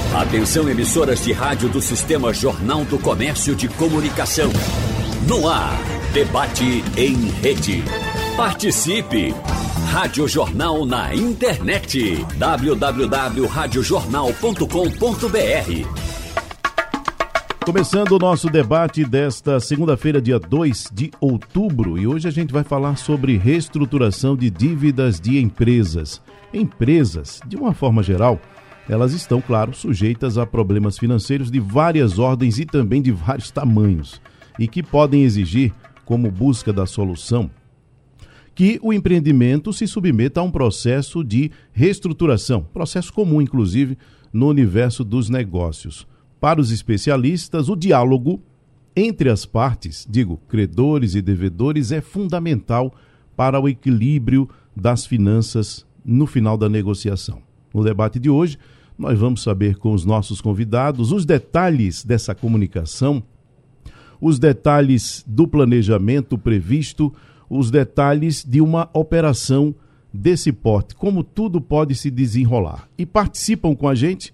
Atenção, emissoras de rádio do Sistema Jornal do Comércio de Comunicação. No ar, debate em rede. Participe! Rádio Jornal na internet. www.radiojornal.com.br. Começando o nosso debate desta segunda-feira, dia 2 de outubro, e hoje a gente vai falar sobre reestruturação de dívidas de empresas. Empresas, de uma forma geral, elas estão, claro, sujeitas a problemas financeiros de várias ordens e também de vários tamanhos, e que podem exigir, como busca da solução, que o empreendimento se submeta a um processo de reestruturação, processo comum, inclusive, no universo dos negócios. Para os especialistas, o diálogo entre as partes, credores e devedores, é fundamental para o equilíbrio das finanças no final da negociação. No debate de hoje, nós vamos saber com os nossos convidados os detalhes dessa comunicação, os detalhes do planejamento previsto, os detalhes de uma operação desse porte, como tudo pode se desenrolar. E participam com a gente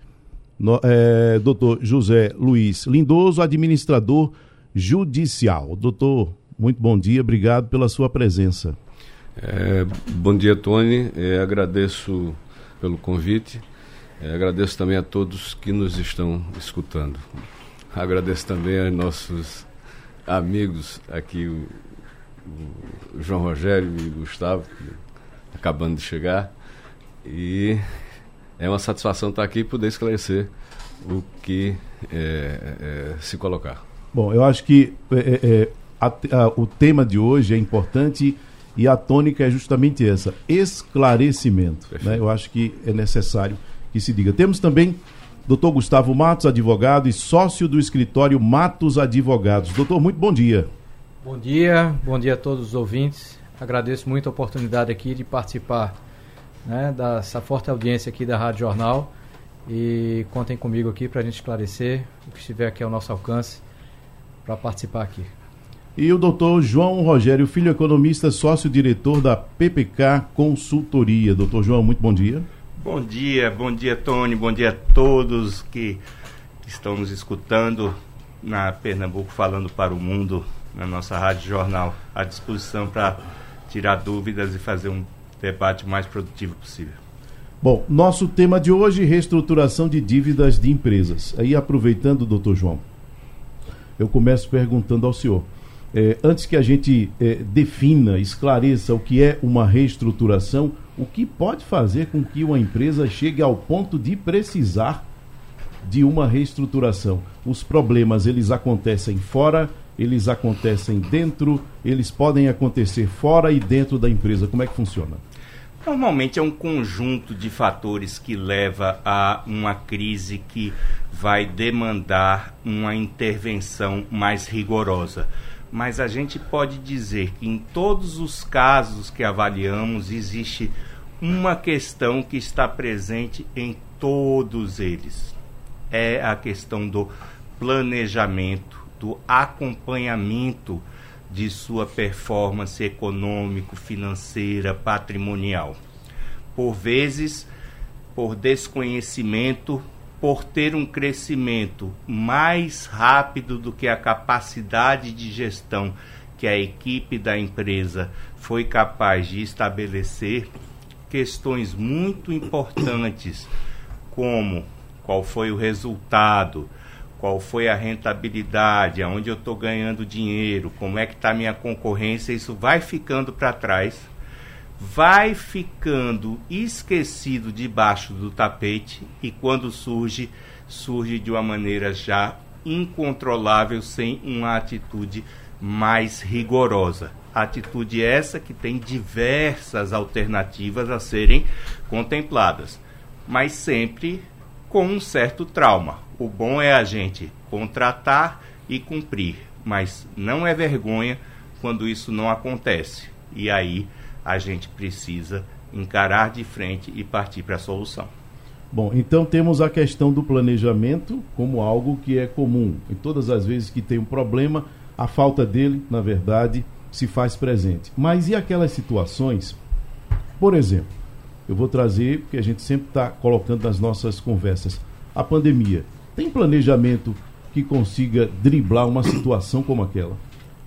Dr. José Luiz Lindoso, administrador judicial. Doutor, muito bom dia, obrigado pela sua presença. Bom dia, Tony, agradeço pelo convite, agradeço também a todos que nos estão escutando. Agradeço também aos nossos amigos aqui, o João Rogério e o Gustavo, acabando de chegar, e é uma satisfação estar aqui e poder esclarecer o que se colocar. Bom, eu acho que o tema de hoje é importante e a tônica é justamente essa, esclarecimento. Né? Eu acho que é necessário que se diga. Temos também Dr. Gustavo Matos, advogado e sócio do escritório Matos Advogados. Doutor, muito bom dia. Bom dia a todos os ouvintes. Agradeço muito a oportunidade aqui de participar, dessa forte audiência aqui da Rádio Jornal, e contem comigo aqui para a gente esclarecer o que estiver aqui ao nosso alcance para participar aqui. E o doutor João Rogério Filho, economista, sócio-diretor da PPK Consultoria. Doutor João, muito bom dia. Bom dia Tony, bom dia a todos que estão nos escutando na Pernambuco Falando para o Mundo, na nossa Rádio Jornal, à disposição para tirar dúvidas e fazer um debate o mais produtivo possível. Bom, nosso tema de hoje, reestruturação de dívidas de empresas. Aí, aproveitando, doutor João, eu começo perguntando ao senhor. Antes que a gente defina, esclareça o que é uma reestruturação, o que pode fazer com que uma empresa chegue ao ponto de precisar de uma reestruturação? Os problemas, eles acontecem fora, eles acontecem dentro, eles podem acontecer fora e dentro da empresa. Como é que funciona? Normalmente é um conjunto de fatores que leva a uma crise que vai demandar uma intervenção mais rigorosa. Mas a gente pode dizer que em todos os casos que avaliamos, existe uma questão que está presente em todos eles. É a questão do planejamento, do acompanhamento de sua performance econômico, financeira, patrimonial. Por vezes, por desconhecimento, por ter um crescimento mais rápido do que a capacidade de gestão que a equipe da empresa foi capaz de estabelecer, questões muito importantes como qual foi o resultado, qual foi a rentabilidade, aonde eu estou ganhando dinheiro, como é que está a minha concorrência, isso vai ficando para trás, vai ficando esquecido debaixo do tapete, e quando surge de uma maneira já incontrolável, sem uma atitude mais rigorosa. Atitude essa que tem diversas alternativas a serem contempladas, mas sempre com um certo trauma. O bom é a gente contratar e cumprir, mas não é vergonha quando isso não acontece. E aí a gente precisa encarar de frente e partir para a solução. Bom, então temos a questão do planejamento como algo que é comum. E todas as vezes que tem um problema, a falta dele, na verdade, se faz presente. Mas e aquelas situações, por exemplo, eu vou trazer, porque a gente sempre está colocando nas nossas conversas, a pandemia. Tem planejamento que consiga driblar uma situação como aquela?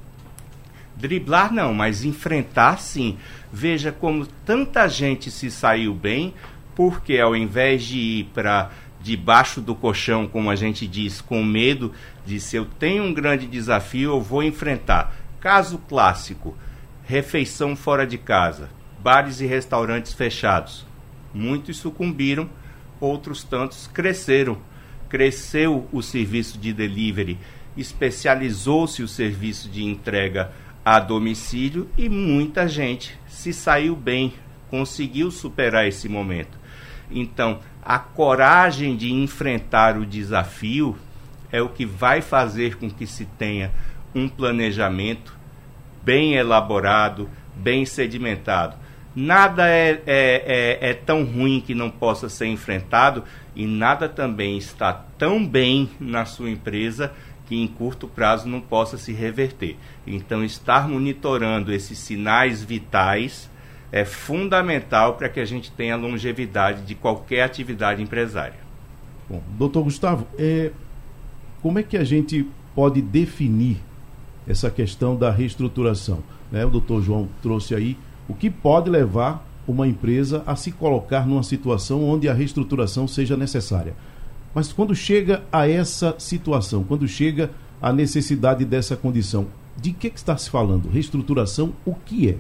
Driblar não, mas enfrentar sim. Veja como tanta gente se saiu bem, porque ao invés de ir para debaixo do colchão, como a gente diz, com medo de se eu tenho um grande desafio, eu vou enfrentar. Caso clássico, refeição fora de casa, bares e restaurantes fechados. Muitos sucumbiram, outros tantos cresceram. Cresceu o serviço de delivery, especializou-se o serviço de entrega a domicílio e muita gente se saiu bem, conseguiu superar esse momento. Então, a coragem de enfrentar o desafio é o que vai fazer com que se tenha um planejamento bem elaborado, bem sedimentado. Nada é tão ruim que não possa ser enfrentado e nada também está tão bem na sua empresa que em curto prazo não possa se reverter. Então, estar monitorando esses sinais vitais é fundamental para que a gente tenha longevidade de qualquer atividade empresária. Bom, doutor Gustavo, como é que a gente pode definir essa questão da reestruturação? O doutor João trouxe aí o que pode levar uma empresa a se colocar numa situação onde a reestruturação seja necessária. Mas quando chega a essa situação, quando chega a necessidade dessa condição, de que está se falando? Reestruturação, o que é?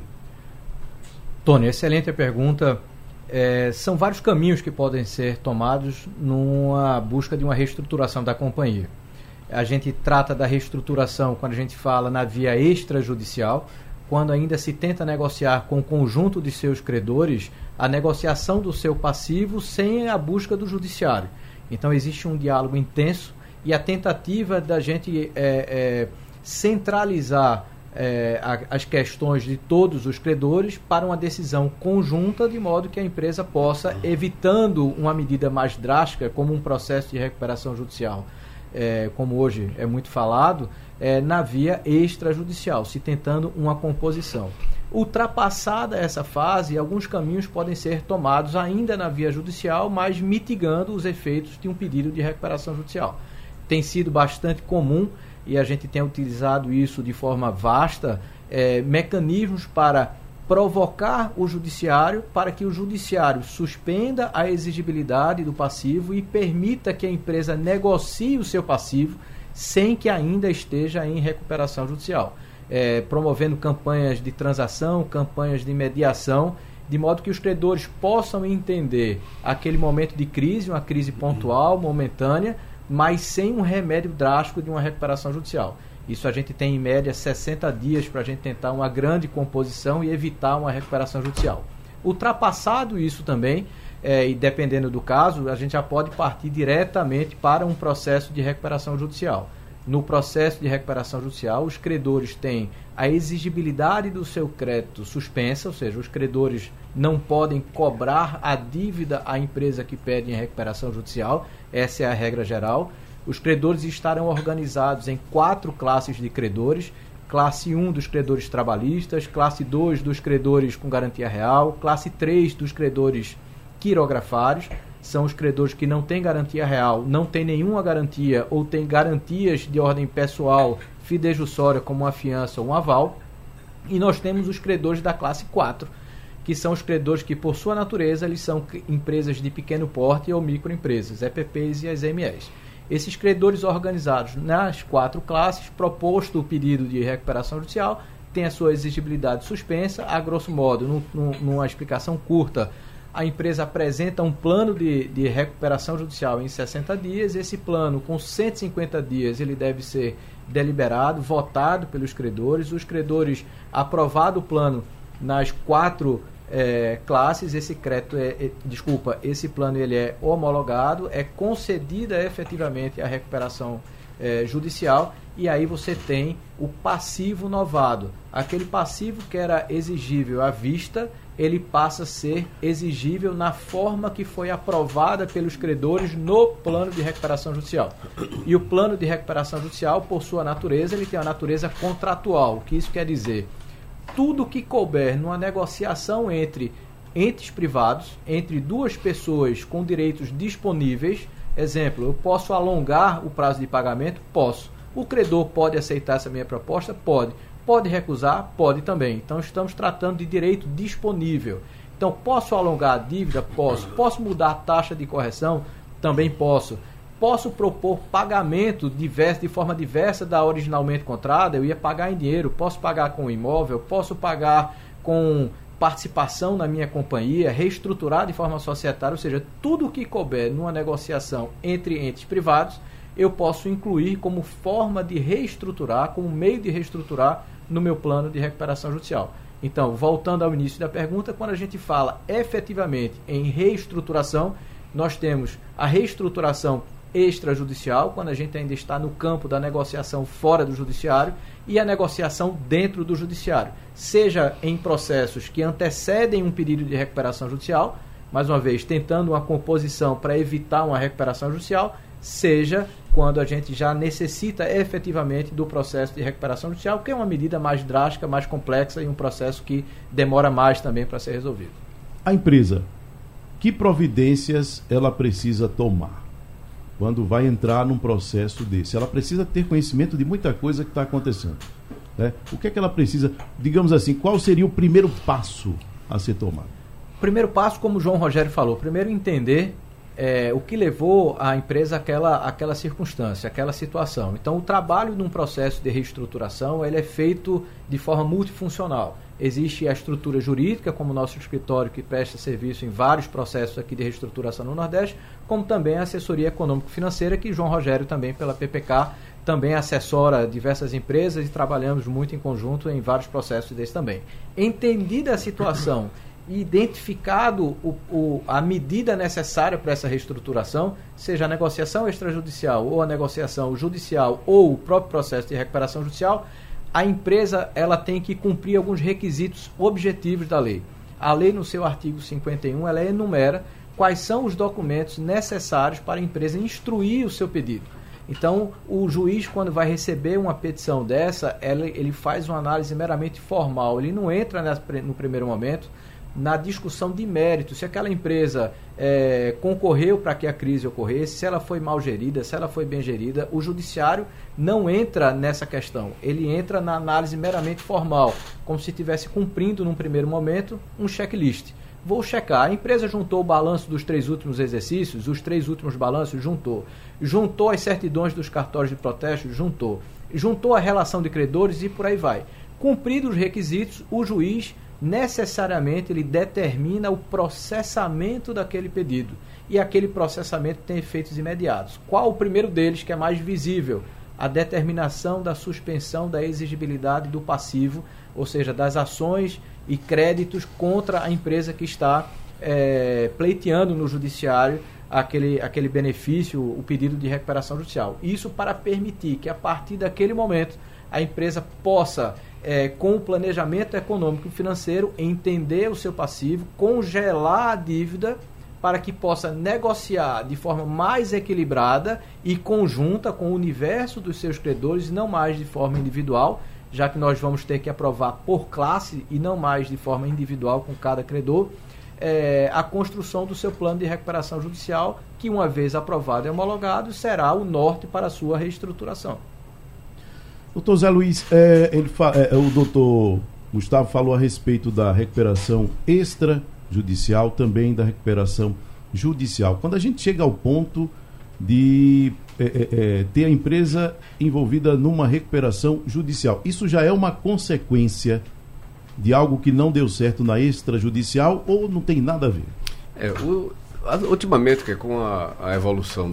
Tony, excelente pergunta. São vários caminhos que podem ser tomados numa busca de uma reestruturação da companhia. A gente trata da reestruturação quando a gente fala na via extrajudicial, quando ainda se tenta negociar com o conjunto de seus credores a negociação do seu passivo sem a busca do judiciário. Então existe um diálogo intenso e a tentativa da gente centralizar as questões de todos os credores para uma decisão conjunta, de modo que a empresa possa, evitando uma medida mais drástica, como um processo de recuperação judicial, como hoje é muito falado, na via extrajudicial, se tentando uma composição. Ultrapassada essa fase, alguns caminhos podem ser tomados ainda na via judicial, mas mitigando os efeitos de um pedido de recuperação judicial. Tem sido bastante comum, e a gente tem utilizado isso de forma vasta, mecanismos para provocar o judiciário, para que o judiciário suspenda a exigibilidade do passivo e permita que a empresa negocie o seu passivo sem que ainda esteja em recuperação judicial. Promovendo campanhas de transação, campanhas de mediação, de modo que os credores possam entender aquele momento de crise, uma crise pontual, momentânea, mas sem um remédio drástico de uma recuperação judicial. Isso a gente tem em média 60 dias para a gente tentar uma grande composição e evitar uma recuperação judicial. Ultrapassado isso também, e dependendo do caso, a gente já pode partir diretamente para um processo de recuperação judicial. No processo de recuperação judicial, os credores têm a exigibilidade do seu crédito suspensa, ou seja, os credores não podem cobrar a dívida à empresa que pede em recuperação judicial, essa é a regra geral. Os credores estarão organizados em 4 classes de credores: classe 1 dos credores trabalhistas, classe 2 dos credores com garantia real, classe 3 dos credores quirografários. São os credores que não têm garantia real, não têm nenhuma garantia ou têm garantias de ordem pessoal, fidejussória, como uma fiança ou um aval. E nós temos os credores da classe 4, que são os credores que, por sua natureza, eles são empresas de pequeno porte ou microempresas, EPPs e as MEs. Esses credores organizados nas 4 classes, proposto o pedido de recuperação judicial, tem a sua exigibilidade suspensa. A grosso modo, numa explicação curta, a empresa apresenta um plano de recuperação judicial em 60 dias. Esse plano, com 150 dias, ele deve ser deliberado, votado pelos credores. Os credores, aprovado o plano nas 4 classes, esse plano ele é homologado, é concedida efetivamente a recuperação judicial, e aí você tem o passivo novado. Aquele passivo que era exigível à vista, ele passa a ser exigível na forma que foi aprovada pelos credores no plano de recuperação judicial. E o plano de recuperação judicial, por sua natureza, ele tem uma natureza contratual. O que isso quer dizer? Tudo que couber numa negociação entre entes privados, entre 2 pessoas com direitos disponíveis, Exemplo, eu posso alongar o prazo de pagamento? Posso. O credor pode aceitar essa minha proposta? Pode. Pode recusar? Pode também. Então, estamos tratando de direito disponível. Então, posso alongar a dívida? Posso. Posso mudar a taxa de correção? Também posso. Posso propor pagamento de forma diversa da originalmente contratada? Eu ia pagar em dinheiro. Posso pagar com imóvel? Posso pagar com participação na minha companhia, reestruturar de forma societária, ou seja, tudo o que couber numa negociação entre entes privados, eu posso incluir como forma de reestruturar, como meio de reestruturar no meu plano de recuperação judicial. Então, voltando ao início da pergunta, quando a gente fala efetivamente em reestruturação, nós temos a reestruturação extrajudicial, quando a gente ainda está no campo da negociação fora do judiciário, e a negociação dentro do judiciário, seja em processos que antecedem um pedido de recuperação judicial, mais uma vez, tentando uma composição para evitar uma recuperação judicial, seja quando a gente já necessita efetivamente do processo de recuperação judicial, que é uma medida mais drástica, mais complexa e um processo que demora mais também para ser resolvido. A empresa, que providências ela precisa tomar quando vai entrar num processo desse? Ela precisa ter conhecimento de muita coisa que está acontecendo, né? O que é que ela precisa, digamos assim, qual seria o primeiro passo a ser tomado? Primeiro passo, como o João Rogério falou, primeiro entender o que levou a empresa àquela circunstância, àquela situação. Então, o trabalho num processo de reestruturação ele é feito de forma multifuncional. Existe a estrutura jurídica, como o nosso escritório, que presta serviço em vários processos aqui de reestruturação no Nordeste, como também a assessoria econômico-financeira, que João Rogério também pela PPK também assessora diversas empresas e trabalhamos muito em conjunto em vários processos desses também. Entendida a situação e identificado a medida necessária para essa reestruturação, seja a negociação extrajudicial ou a negociação judicial ou o próprio processo de recuperação judicial, a empresa ela tem que cumprir alguns requisitos objetivos da lei. A lei, no seu artigo 51, ela enumera quais são os documentos necessários para a empresa instruir o seu pedido. Então, o juiz, quando vai receber uma petição dessa, ele faz uma análise meramente formal. Ele não entra no primeiro momento na discussão de mérito, se aquela empresa concorreu para que a crise ocorresse, se ela foi mal gerida, se ela foi bem gerida. O judiciário não entra nessa questão, ele entra na análise meramente formal, como se estivesse cumprindo num primeiro momento um checklist. Vou checar, a empresa juntou o balanço dos 3 últimos exercícios, os 3 últimos balanços juntou as certidões dos cartórios de protesto, juntou a relação de credores e por aí vai. Cumpridos os requisitos, o juiz necessariamente ele determina o processamento daquele pedido, e aquele processamento tem efeitos imediatos. Qual o primeiro deles, que é mais visível? A determinação da suspensão da exigibilidade do passivo, ou seja, das ações e créditos contra a empresa que está pleiteando no judiciário aquele benefício, o pedido de recuperação judicial. Isso para permitir que a partir daquele momento a empresa possa, com o planejamento econômico e financeiro, entender o seu passivo, congelar a dívida para que possa negociar de forma mais equilibrada e conjunta com o universo dos seus credores, não mais de forma individual, já que nós vamos ter que aprovar por classe e não mais de forma individual com cada credor, a construção do seu plano de recuperação judicial, que uma vez aprovado e homologado, será o norte para a sua reestruturação. Doutor Zé Luiz, o doutor Gustavo falou a respeito da recuperação extrajudicial, também da recuperação judicial. Quando a gente chega ao ponto de ter a empresa envolvida numa recuperação judicial, isso já é uma consequência de algo que não deu certo na extrajudicial ou não tem nada a ver? Ultimamente, com a evolução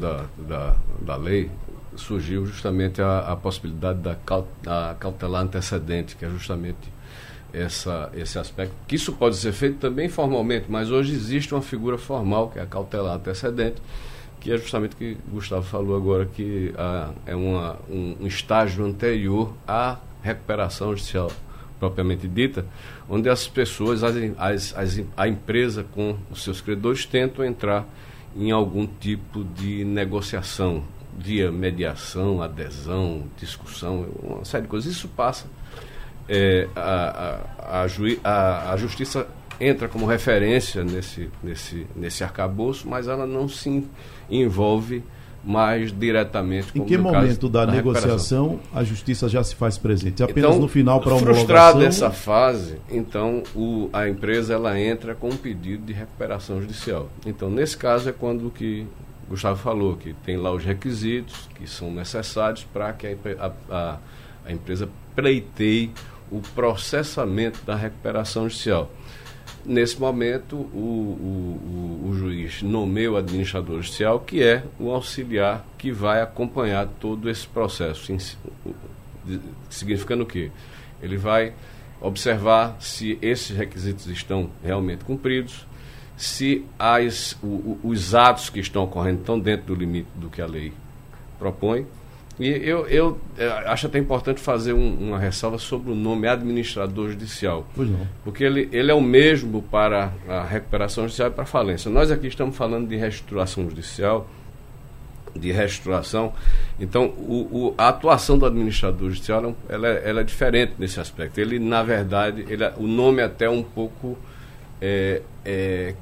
da lei, surgiu justamente a possibilidade da cautelar antecedente, que é justamente esse aspecto, que isso pode ser feito também formalmente, mas hoje existe uma figura formal, que é a cautelar antecedente, que é justamente o que o Gustavo falou agora, que é um estágio anterior à recuperação judicial propriamente dita, onde as pessoas, a empresa com os seus credores tentam entrar em algum tipo de negociação, via mediação, adesão, discussão, uma série de coisas. Isso passa, a justiça entra como referência nesse arcabouço, mas ela não se envolve mais diretamente. Em que momento da negociação a justiça já se faz presente? Apenas então, no final para a homologação? Frustrada essa fase, então a empresa ela entra com um pedido de recuperação judicial. Então, nesse caso é quando que Gustavo falou, que tem lá os requisitos que são necessários para que a empresa pleiteie o processamento da recuperação judicial. Nesse momento, o juiz nomeia o administrador judicial, que é o auxiliar que vai acompanhar todo esse processo. Significando o quê? Ele vai observar se esses requisitos estão realmente cumpridos, se os atos que estão ocorrendo estão dentro do limite do que a lei propõe. E eu acho até importante fazer uma ressalva sobre o nome administrador judicial. Pois não. Porque ele é o mesmo para a recuperação judicial e para a falência. Nós aqui estamos falando de reestruturação judicial, de reestruturação. Então, a atuação do administrador judicial ela é diferente nesse aspecto. Ele, na verdade, o nome é até um pouco... ele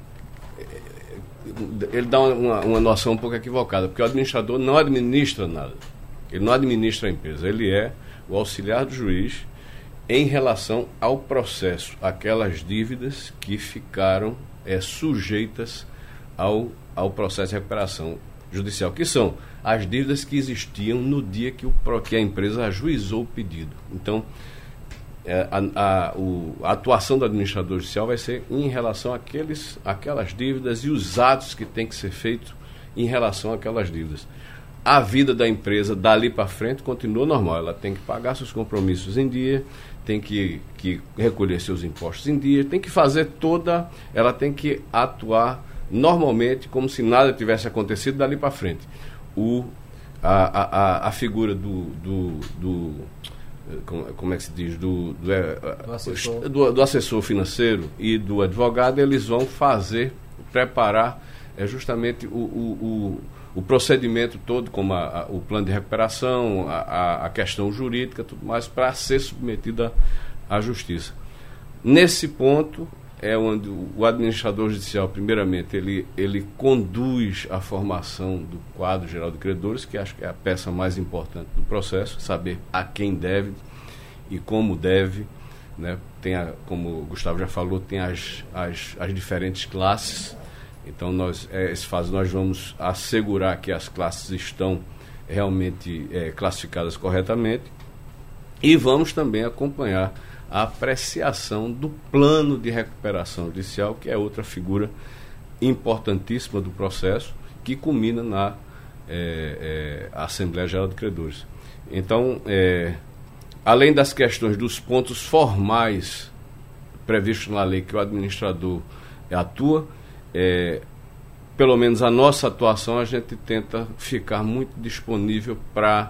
dá uma noção um pouco equivocada, porque o administrador não administra nada. Ele não administra a empresa, ele é o auxiliar do juiz em relação ao processo, aquelas dívidas que ficaram sujeitas ao processo de recuperação judicial, que são as dívidas que existiam no dia que a empresa ajuizou o pedido. Então, a atuação do administrador judicial vai ser em relação àquelas dívidas e os atos que têm que ser feitos em relação àquelas dívidas. A vida da empresa dali para frente continua normal. Ela tem que pagar seus compromissos em dia, tem que recolher seus impostos em dia, tem que fazer ela tem que atuar normalmente como se nada tivesse acontecido dali para frente. A figura como é que se diz, do assessor financeiro e do advogado, eles vão preparar justamente o procedimento todo, como o plano de recuperação, a questão jurídica, tudo mais, para ser submetida à justiça. Nesse ponto é onde o administrador judicial, primeiramente, ele conduz a formação do quadro geral de credores, que acho que é a peça mais importante do processo, saber a quem deve e como deve, né? Como o Gustavo já falou, tem as diferentes classes. Então, nós vamos assegurar que as classes estão realmente classificadas corretamente e vamos também acompanhar a apreciação do plano de recuperação judicial, que é outra figura importantíssima do processo, que culmina na Assembleia Geral de Credores. Então, além das questões dos pontos formais previstos na lei que o administrador atua, pelo menos a nossa atuação, a gente tenta ficar muito disponível para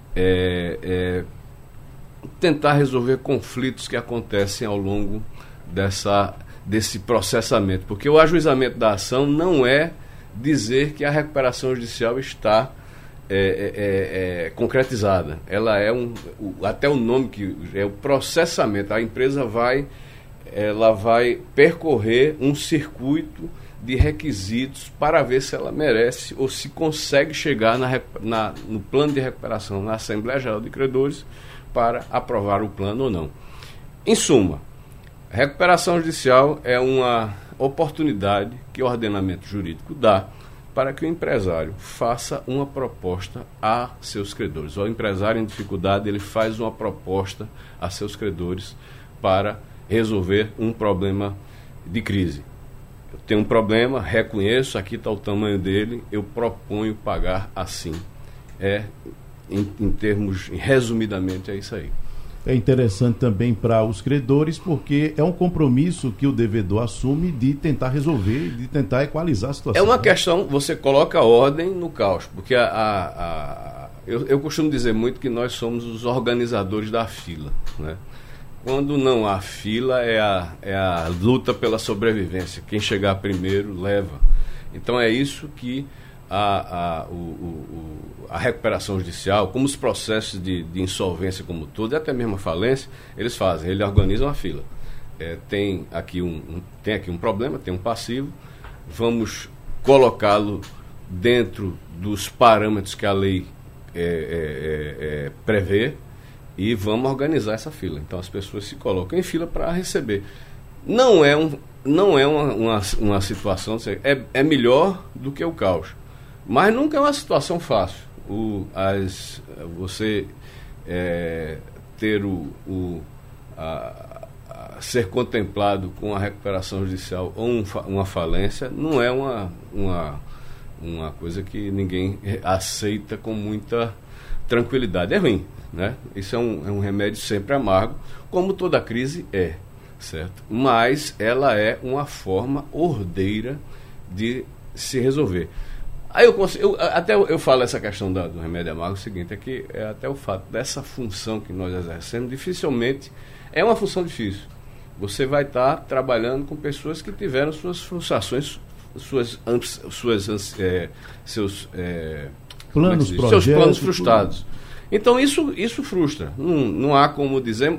tentar resolver conflitos que acontecem ao longo desse processamento, porque o ajuizamento da ação não é dizer que a recuperação judicial está concretizada. Ela até o nome que é o processamento. A empresa vai percorrer um circuito de requisitos para ver se ela merece ou se consegue chegar no plano de recuperação na Assembleia Geral de Credores para aprovar o plano ou não. Em suma, a recuperação judicial é uma oportunidade que o ordenamento jurídico dá para que o empresário faça uma proposta a seus credores. O empresário em dificuldade, ele faz uma proposta a seus credores para resolver um problema de crise. Eu tenho um problema, reconheço, aqui está o tamanho dele, eu proponho pagar assim. Em termos, resumidamente, é isso aí. É interessante também para os credores, porque é um compromisso que o devedor assume de tentar resolver, de tentar equalizar a situação. É uma questão, você coloca ordem no caos, porque eu costumo dizer muito que nós somos os organizadores da fila, né? Quando não há fila, é a luta pela sobrevivência. Quem chegar primeiro, leva. Então é isso que a recuperação judicial, como os processos de insolvência como todo, e até mesmo a falência, eles fazem, eles organizam a fila. Tem aqui um problema, tem um passivo, vamos colocá-lo dentro dos parâmetros que a lei prevê, e vamos organizar essa fila. Então as pessoas se colocam em fila para receber. Não é uma situação, é melhor do que o caos, mas nunca é uma situação fácil. Você ter ser contemplado com a recuperação judicial ou uma falência não é uma coisa que ninguém aceita com muita tranquilidade. É ruim, né? Isso é um remédio sempre amargo, como toda crise é, certo? Mas ela é uma forma ordeira de se resolver. Aí eu falo essa questão do remédio amargo, o seguinte, é que até o fato dessa função que nós exercemos, dificilmente é uma função difícil. Você vai estar trabalhando com pessoas que tiveram suas frustrações, seus planos frustrados. Então isso frustra. Não há como dizer.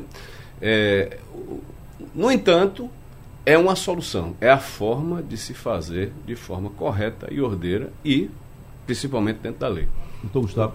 No entanto, é uma solução. É a forma de se fazer de forma correta e ordeira e, principalmente, dentro da lei. Então, Gustavo.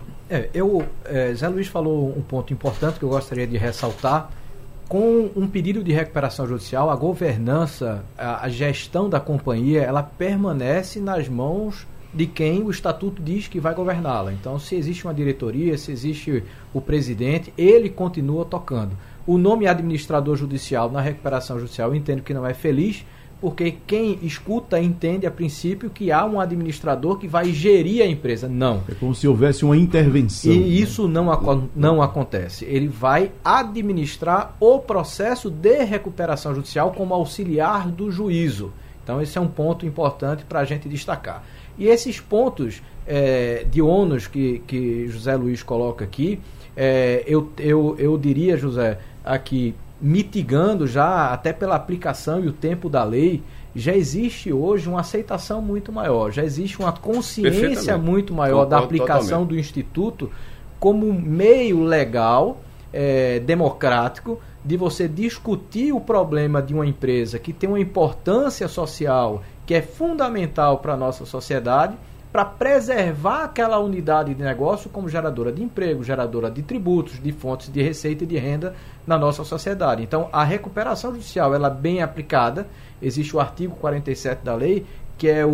Zé Luiz falou um ponto importante que eu gostaria de ressaltar. Com um pedido de recuperação judicial, a governança, a gestão da companhia, ela permanece nas mãos de quem o estatuto diz que vai governá-la. Então, se existe uma diretoria, se existe o presidente, ele continua tocando. O nome administrador judicial na recuperação judicial eu entendo que não é feliz, porque quem escuta entende a princípio que há um administrador que vai gerir a empresa. Não. É como se houvesse uma intervenção. E isso não acontece. Ele vai administrar o processo de recuperação judicial como auxiliar do juízo. Então esse é um ponto importante para a gente destacar. E esses pontos de ônus que José Luiz coloca aqui, eu diria, José, aqui, mitigando já, até pela aplicação e o tempo da lei, já existe hoje uma aceitação muito maior, já existe uma consciência muito maior da aplicação do Instituto como meio legal, democrático, de você discutir o problema de uma empresa que tem uma importância social que é fundamental para a nossa sociedade, para preservar aquela unidade de negócio como geradora de emprego, geradora de tributos, de fontes de receita e de renda na nossa sociedade. Então, a recuperação judicial, ela bem aplicada, existe o artigo 47 da lei, que é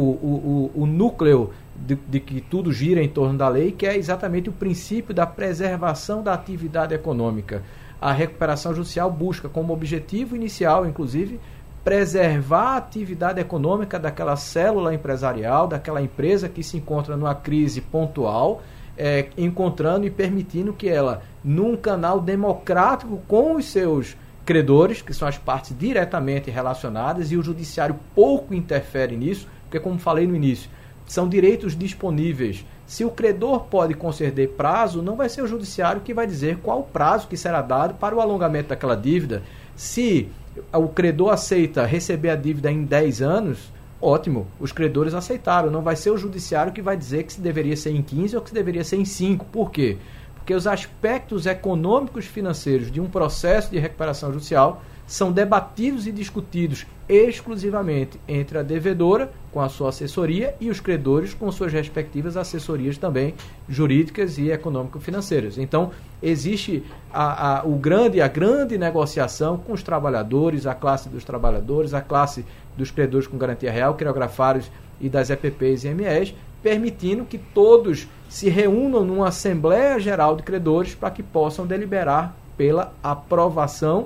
o núcleo de que tudo gira em torno da lei, que é exatamente o princípio da preservação da atividade econômica. A recuperação judicial busca como objetivo inicial, inclusive, preservar a atividade econômica daquela célula empresarial, daquela empresa que se encontra numa crise pontual, encontrando e permitindo que ela, num canal democrático com os seus credores, que são as partes diretamente relacionadas, e o judiciário pouco interfere nisso, porque, como falei no início, são direitos disponíveis. Se o credor pode conceder prazo, não vai ser o judiciário que vai dizer qual o prazo que será dado para o alongamento daquela dívida. Se o credor aceita receber a dívida em 10 anos, ótimo, os credores aceitaram. Não vai ser o judiciário que vai dizer que se deveria ser em 15 ou que se deveria ser em 5. Por quê? Porque os aspectos econômicos financeiros de um processo de recuperação judicial são debatidos e discutidos exclusivamente entre a devedora, com a sua assessoria, e os credores com suas respectivas assessorias também jurídicas e econômico-financeiras. Então, existe a grande negociação com os trabalhadores, a classe dos trabalhadores, a classe dos credores com garantia real, quirografários e das EPPs e MEs, permitindo que todos se reúnam numa Assembleia Geral de Credores para que possam deliberar pela aprovação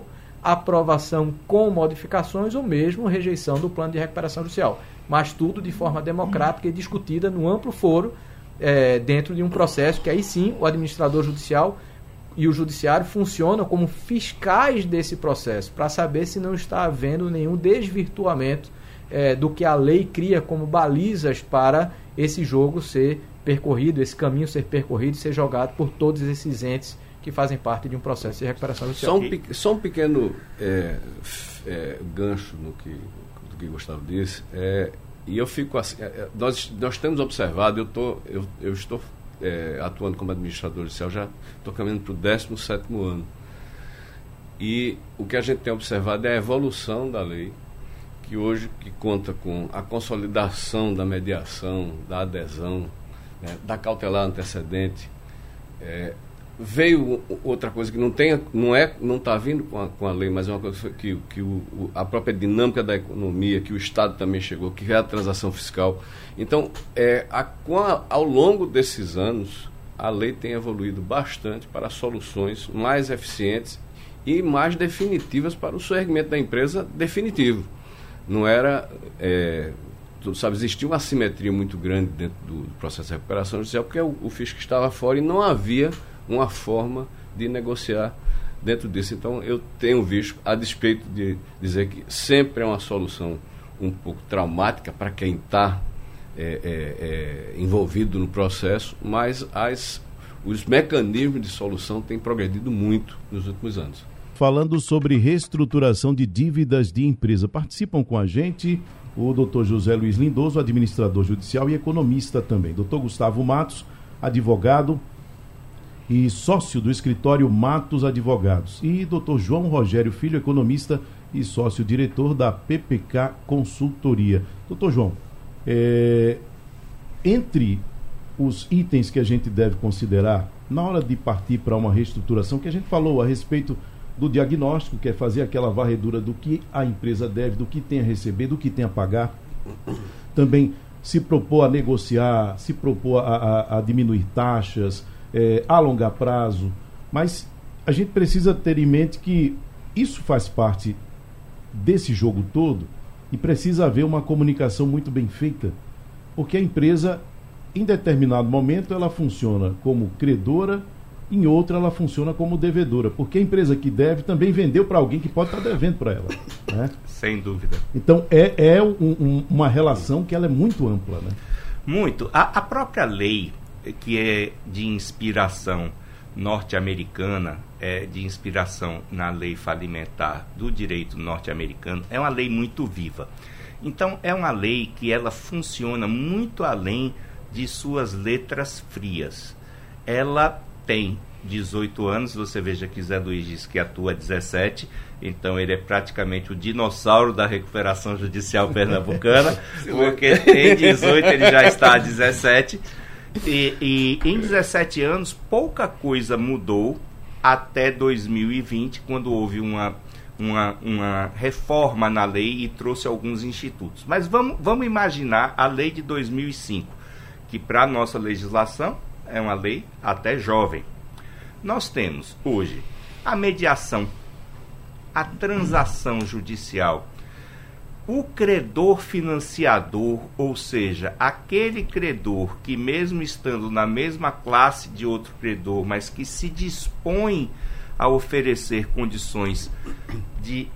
com modificações ou mesmo rejeição do plano de recuperação judicial. Mas tudo de forma democrática e discutida no amplo foro, dentro de um processo que aí sim o administrador judicial e o judiciário funcionam como fiscais desse processo, para saber se não está havendo nenhum desvirtuamento do que a lei cria como balizas para esse jogo ser percorrido, esse caminho ser percorrido e ser jogado por todos esses entes que fazem parte de um processo de recuperação judicial. Só um pequeno gancho no que Gustavo disse, e eu fico assim, nós temos observado, eu estou atuando como administrador judicial, já estou caminhando para o 17º ano, e o que a gente tem observado é a evolução da lei, que hoje que conta com a consolidação da mediação, da adesão, né, da cautelar antecedente, veio outra coisa que não está vindo com a lei, mas é uma coisa que a própria dinâmica da economia, que o Estado também chegou, que é a transação fiscal. Então, ao longo desses anos, a lei tem evoluído bastante para soluções mais eficientes e mais definitivas para o segmento da empresa definitivo. Não era... tu sabe, existia uma assimetria muito grande dentro do processo de recuperação judicial, porque o fisco estava fora e não havia uma forma de negociar dentro disso. Então, eu tenho visto, a despeito de dizer que sempre é uma solução um pouco traumática para quem está envolvido no processo, mas os mecanismos de solução têm progredido muito nos últimos anos. Falando sobre reestruturação de dívidas de empresa, participam com a gente o Dr. José Luiz Lindoso, administrador judicial e economista também. Dr. Gustavo Matos, advogado e sócio do escritório Matos Advogados. E Dr. João Rogério Filho, economista e sócio-diretor da PPK Consultoria. Dr. João, entre os itens que a gente deve considerar na hora de partir para uma reestruturação, que a gente falou a respeito do diagnóstico, que é fazer aquela varredura do que a empresa deve, do que tem a receber, do que tem a pagar. Também se propor a negociar, se propor a diminuir taxas, alongar prazo. Mas a gente precisa ter em mente que isso faz parte desse jogo todo e precisa haver uma comunicação muito bem feita, porque a empresa, em determinado momento, ela funciona como credora, em outra ela funciona como devedora, porque a empresa que deve também vendeu para alguém que pode estar devendo para ela, né? Sem dúvida. Então uma relação que ela é muito ampla, né? Muito. A própria lei, que é de inspiração norte-americana, de inspiração na lei falimentar do direito norte-americano, é uma lei muito viva. Então, é uma lei que ela funciona muito além de suas letras frias. Ela tem 18 anos, você veja que Zé Luiz diz que atua 17, então ele é praticamente o dinossauro da recuperação judicial pernambucana, porque tem 18, ele já está a 17, e em 17 anos pouca coisa mudou até 2020, quando houve uma reforma na lei e trouxe alguns institutos. Mas vamos imaginar a lei de 2005, que para a nossa legislação é uma lei até jovem. Nós temos hoje a mediação, a transação judicial, o credor financiador, ou seja, aquele credor que, mesmo estando na mesma classe de outro credor, mas que se dispõe a oferecer condições de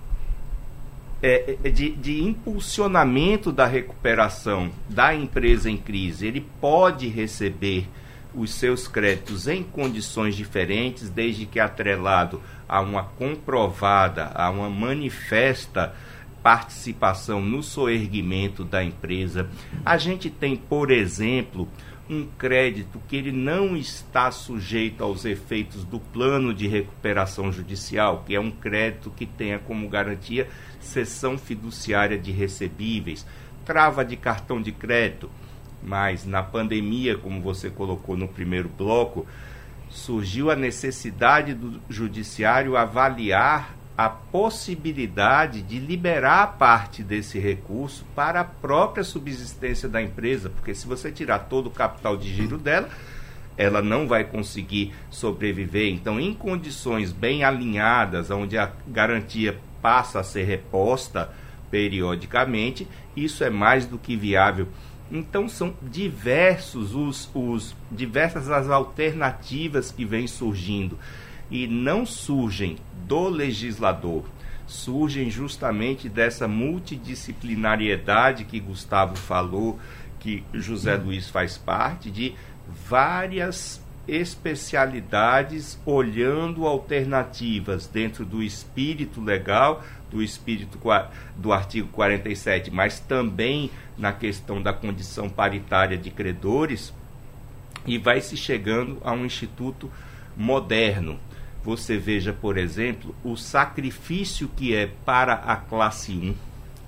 impulsionamento da recuperação da empresa em crise, ele pode receber os seus créditos em condições diferentes, desde que atrelado a uma comprovada, a uma manifesta participação no soerguimento da empresa. A gente tem, por exemplo, um crédito que ele não está sujeito aos efeitos do plano de recuperação judicial, que é um crédito que tenha como garantia cessão fiduciária de recebíveis, trava de cartão de crédito. Mas na pandemia, como você colocou no primeiro bloco, surgiu a necessidade do judiciário avaliar a possibilidade de liberar parte desse recurso para a própria subsistência da empresa, porque se você tirar todo o capital de giro dela, ela não vai conseguir sobreviver. Então, em condições bem alinhadas, onde a garantia passa a ser reposta periodicamente, isso é mais do que viável. Então, são diversas as alternativas que vêm surgindo, e não surgem do legislador, surgem justamente dessa multidisciplinariedade que Gustavo falou, que José Luiz faz parte, de várias especialidades olhando alternativas dentro do espírito legal, do espírito do artigo 47, mas também na questão da condição paritária de credores, e vai se chegando a um instituto moderno. Você veja, por exemplo, o sacrifício que é para a classe 1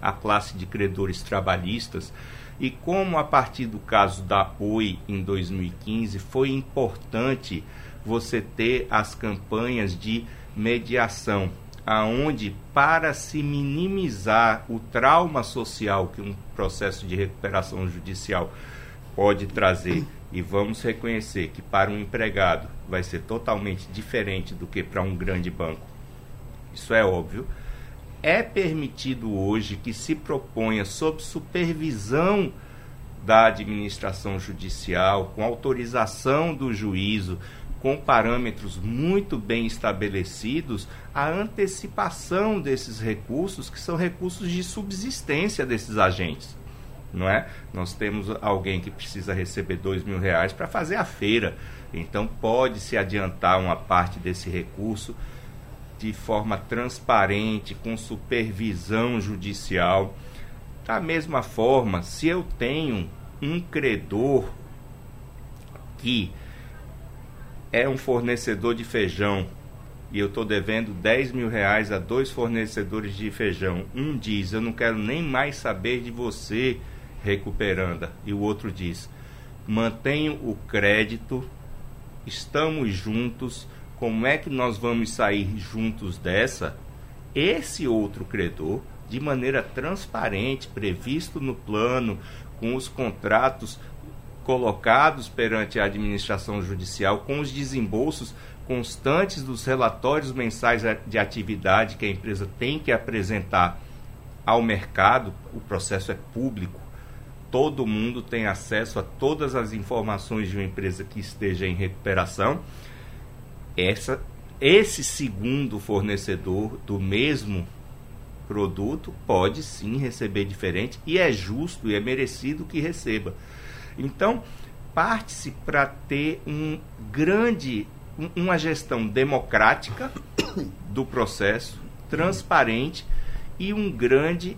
a classe de credores trabalhistas, e como a partir do caso da Oi em 2015 foi importante você ter as campanhas de mediação, aonde, para se minimizar o trauma social que um processo de recuperação judicial pode trazer, e vamos reconhecer que para um empregado vai ser totalmente diferente do que para um grande banco, isso é óbvio, é permitido hoje que se proponha, sob supervisão da administração judicial, com autorização do juízo, com parâmetros muito bem estabelecidos, a antecipação desses recursos, que são recursos de subsistência desses agentes. Não é? Nós temos alguém que precisa receber R$2.000 para fazer a feira, então pode-se adiantar uma parte desse recurso de forma transparente, com supervisão judicial. Da mesma forma, se eu tenho um credor que é um fornecedor de feijão e eu estou devendo R$10.000 a 2 fornecedores de feijão, um diz, eu não quero nem mais saber de você, recuperanda, e o outro diz, mantenho o crédito, estamos juntos, como é que nós vamos sair juntos dessa? Esse outro credor, de maneira transparente, previsto no plano, com os contratos colocados perante a administração judicial, com os desembolsos constantes dos relatórios mensais de atividade que a empresa tem que apresentar ao mercado, o processo é público, todo mundo tem acesso a todas as informações de uma empresa que esteja em recuperação. Esse segundo fornecedor do mesmo produto pode sim receber diferente, e é justo e é merecido que receba. Então, parte-se para ter uma gestão democrática do processo, transparente, e um grande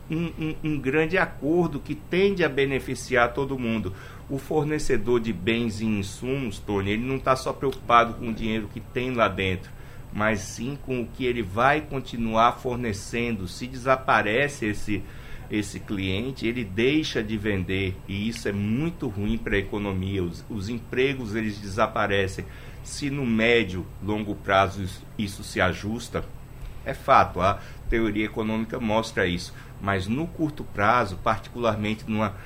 acordo que tende a beneficiar todo mundo. O fornecedor de bens e insumos, Tony, ele não está só preocupado com o dinheiro que tem lá dentro, mas sim com o que ele vai continuar fornecendo. Se desaparece esse cliente, ele deixa de vender, e isso é muito ruim para a economia. Os empregos, eles desaparecem. Se no médio, longo prazo isso se ajusta, é fato, a teoria econômica mostra isso, mas no curto prazo, particularmente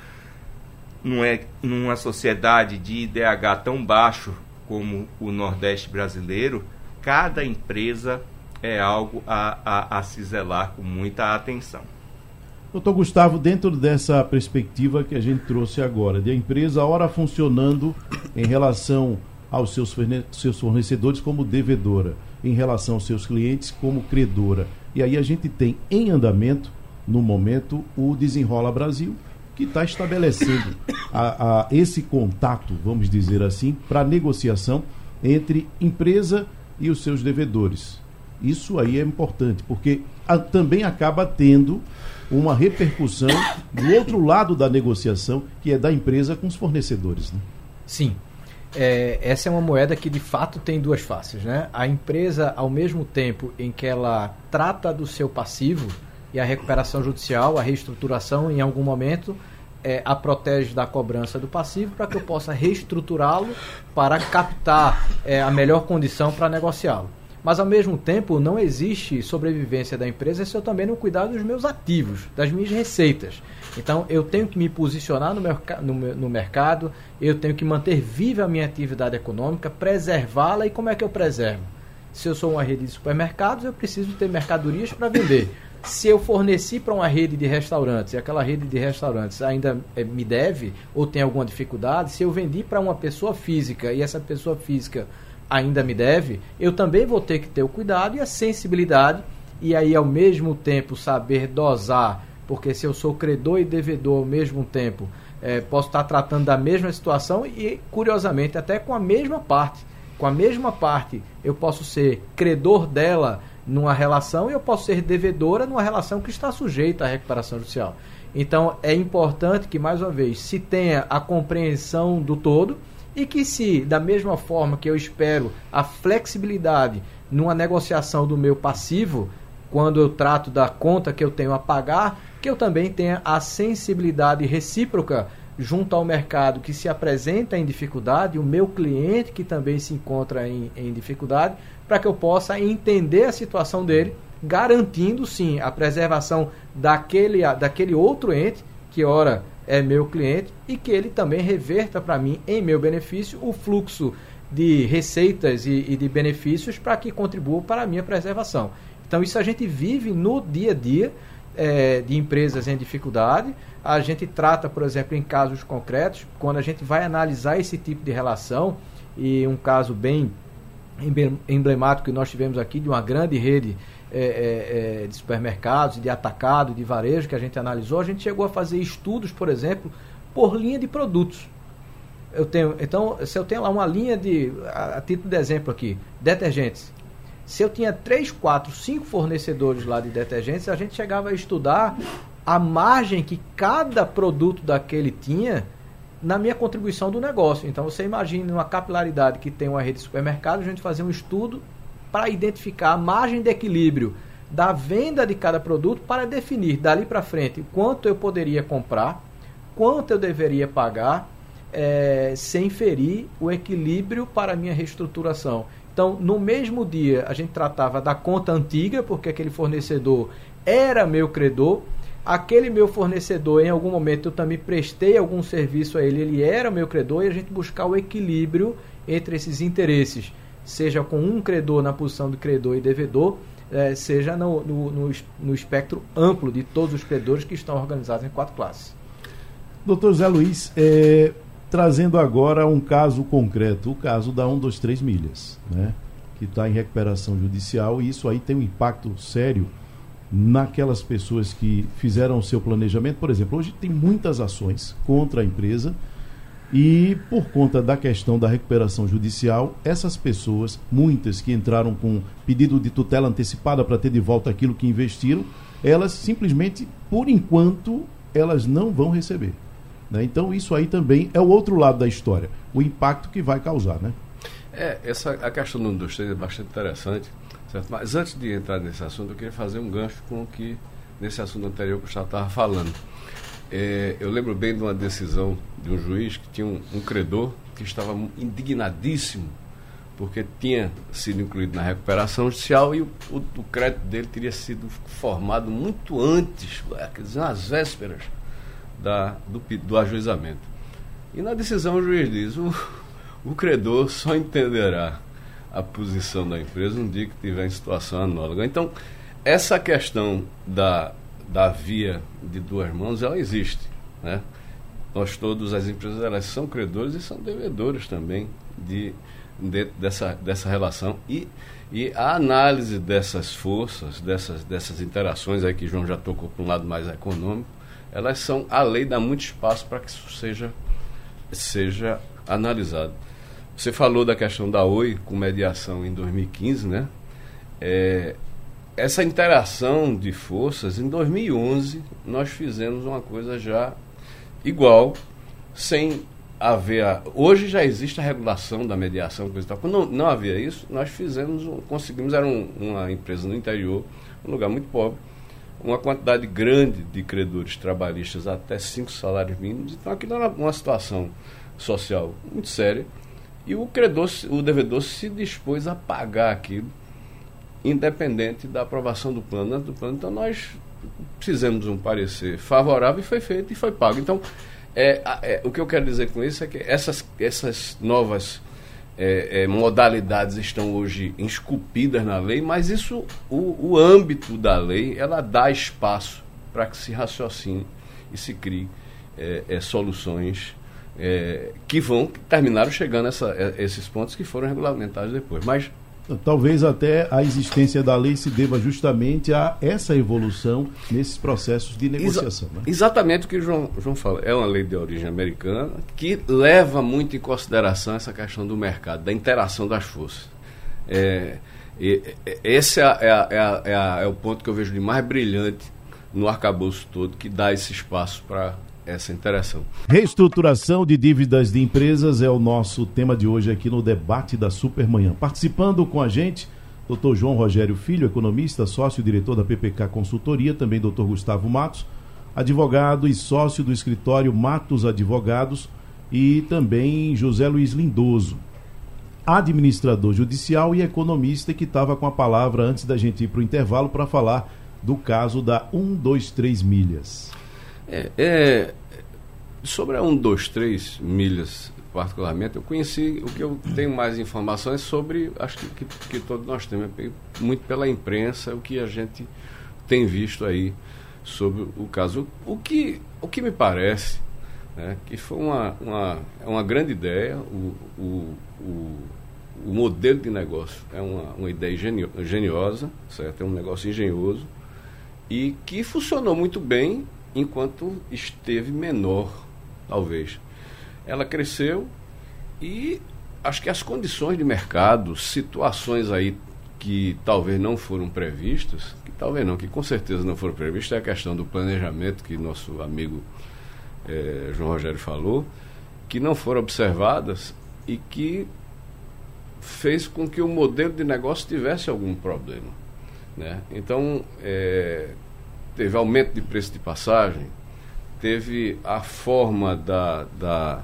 numa sociedade de IDH tão baixo como o Nordeste brasileiro, cada empresa é algo a se zelar com muita atenção. Doutor Gustavo, dentro dessa perspectiva que a gente trouxe agora, de a empresa ora funcionando em relação aos seus fornecedores como devedora, em relação aos seus clientes como credora, e aí a gente tem em andamento, no momento, o Desenrola Brasil, que está estabelecendo esse contato, vamos dizer assim, para negociação entre empresa e os seus devedores. Isso aí é importante, porque também acaba tendo uma repercussão do outro lado da negociação, que é da empresa com os fornecedores, né? Sim. Essa é uma moeda que de fato tem duas faces, né? A empresa, ao mesmo tempo em que ela trata do seu passivo, e a recuperação judicial, a reestruturação, em algum momento, a protege da cobrança do passivo para que eu possa reestruturá-lo para captar a melhor condição para negociá-lo. Mas, ao mesmo tempo, não existe sobrevivência da empresa se eu também não cuidar dos meus ativos, das minhas receitas. Então, eu tenho que me posicionar no mercado, eu tenho que manter viva a minha atividade econômica, preservá-la. E como é que eu preservo? Se eu sou uma rede de supermercados, eu preciso ter mercadorias para vender. Se eu forneci para uma rede de restaurantes e aquela rede de restaurantes ainda me deve ou tem alguma dificuldade, se eu vendi para uma pessoa física e essa pessoa física ainda me deve, eu também vou ter que ter o cuidado e a sensibilidade, e aí ao mesmo tempo saber dosar, porque se eu sou credor e devedor ao mesmo tempo, posso estar tratando da mesma situação e, curiosamente, até com a mesma parte. Com a mesma parte, eu posso ser credor dela numa relação e eu posso ser devedora numa relação que está sujeita à recuperação judicial. Então, é importante que, mais uma vez, se tenha a compreensão do todo e que se, da mesma forma que eu espero a flexibilidade numa negociação do meu passivo, quando eu trato da conta que eu tenho a pagar, que eu também tenha a sensibilidade recíproca junto ao mercado que se apresenta em dificuldade, o meu cliente que também se encontra em dificuldade, para que eu possa entender a situação dele, garantindo sim a preservação daquele outro ente, que ora é meu cliente, e que ele também reverta para mim, em meu benefício, o fluxo de receitas e de benefícios para que contribua para a minha preservação. Então isso a gente vive no dia a dia de empresas em dificuldade. A gente trata, por exemplo, em casos concretos, quando a gente vai analisar esse tipo de relação, e um caso bem emblemático que nós tivemos aqui, de uma grande rede de supermercados, de atacado, de varejo, que a gente analisou, a gente chegou a fazer estudos, por exemplo, por linha de produtos. Então, se eu tenho lá uma linha a título de exemplo aqui, detergentes, se eu tinha 3, 4, 5 fornecedores lá de detergentes, a gente chegava a estudar a margem que cada produto daquele tinha na minha contribuição do negócio. Então você imagina uma capilaridade que tem uma rede de supermercados, a gente fazia um estudo para identificar a margem de equilíbrio da venda de cada produto para definir dali para frente quanto eu poderia comprar, quanto eu deveria pagar, sem ferir o equilíbrio para a minha reestruturação. Então, no mesmo dia, a gente tratava da conta antiga, porque aquele fornecedor era meu credor. Aquele meu fornecedor, em algum momento, eu também prestei algum serviço a ele, ele era meu credor, e a gente buscar o equilíbrio entre esses interesses, seja com um credor na posição de credor e devedor, seja no espectro amplo de todos os credores que estão organizados em 4 classes. Doutor Zé Luiz, trazendo agora um caso concreto, o caso da 123 Milhas, né, que está em recuperação judicial, e isso aí tem um impacto sério naquelas pessoas que fizeram o seu planejamento. Por exemplo, hoje tem muitas ações contra a empresa e por conta da questão da recuperação judicial, essas pessoas, muitas que entraram com pedido de tutela antecipada para ter de volta aquilo que investiram, elas simplesmente, por enquanto, elas não vão receber. Então isso aí também é o outro lado da história, o impacto que vai causar, né? A questão do 123 é bastante interessante, certo? Mas antes de entrar nesse assunto, eu queria fazer um gancho com o que, nesse assunto anterior que o Gustavo estava falando. Eu lembro bem de uma decisão de um juiz que tinha um credor que estava indignadíssimo porque tinha sido incluído na recuperação judicial e o crédito dele teria sido formado muito antes, quer dizer, nas vésperas do ajuizamento. E na decisão o juiz diz, o credor só entenderá a posição da empresa no dia que tiver em situação análoga. Então, essa questão da via de 2 mãos, ela existe, né? Nós todos, as empresas, elas são credores e são devedores também dessa relação, e a análise dessas forças, dessas interações aí que João já tocou para um lado mais econômico, elas são, a lei dá muito espaço para que isso seja analisado. Você falou da questão da Oi com mediação em 2015, né? Essa interação de forças, em 2011, nós fizemos uma coisa já igual, sem haver... Hoje já existe a regulação da mediação, coisa e tal. Quando não havia isso, nós conseguimos, era uma empresa no interior, um lugar muito pobre, uma quantidade grande de credores trabalhistas, até 5 salários mínimos. Então aquilo era uma situação social muito séria, e o devedor se dispôs a pagar aquilo, independente da aprovação do plano. Então nós fizemos um parecer favorável e foi feito e foi pago. Então o que eu quero dizer com isso é que essas novas modalidades estão hoje esculpidas na lei, mas isso, o âmbito da lei, ela dá espaço para que se raciocine e se crie soluções que terminaram chegando a esses pontos que foram regulamentados depois. Mas talvez até a existência da lei se deva justamente a essa evolução nesses processos de negociação. Né? Exatamente o que o João fala. É uma lei de origem americana que leva muito em consideração essa questão do mercado, da interação das forças. Esse é o ponto que eu vejo de mais brilhante no arcabouço todo, que dá esse espaço para essa interação. Reestruturação de dívidas de empresas é o nosso tema de hoje aqui no Debate da Supermanhã. Participando com a gente, Dr. João Rogério Filho, economista, sócio-diretor da PPK Consultoria, também Dr. Gustavo Matos, advogado e sócio do escritório Matos Advogados, e também José Luiz Lindoso, administrador judicial e economista, que estava com a palavra antes da gente ir para o intervalo para falar do caso da 123 milhas. Sobre a 123 milhas, particularmente, eu conheci, o que eu tenho mais informações sobre, acho que todos nós temos, muito pela imprensa, o que a gente tem visto aí sobre o caso. O que me parece, né, que foi uma grande ideia, o modelo de negócio é uma ideia geniosa, certo? É um negócio engenhoso e que funcionou muito bem enquanto esteve menor, talvez. Ela cresceu e acho que as condições de mercado, situações aí que talvez não foram previstas, que com certeza não foram previstas, é a questão do planejamento que nosso amigo João Rogério falou, que não foram observadas e que fez com que o modelo de negócio tivesse algum problema, né? Então, teve aumento de preço de passagem, teve a forma da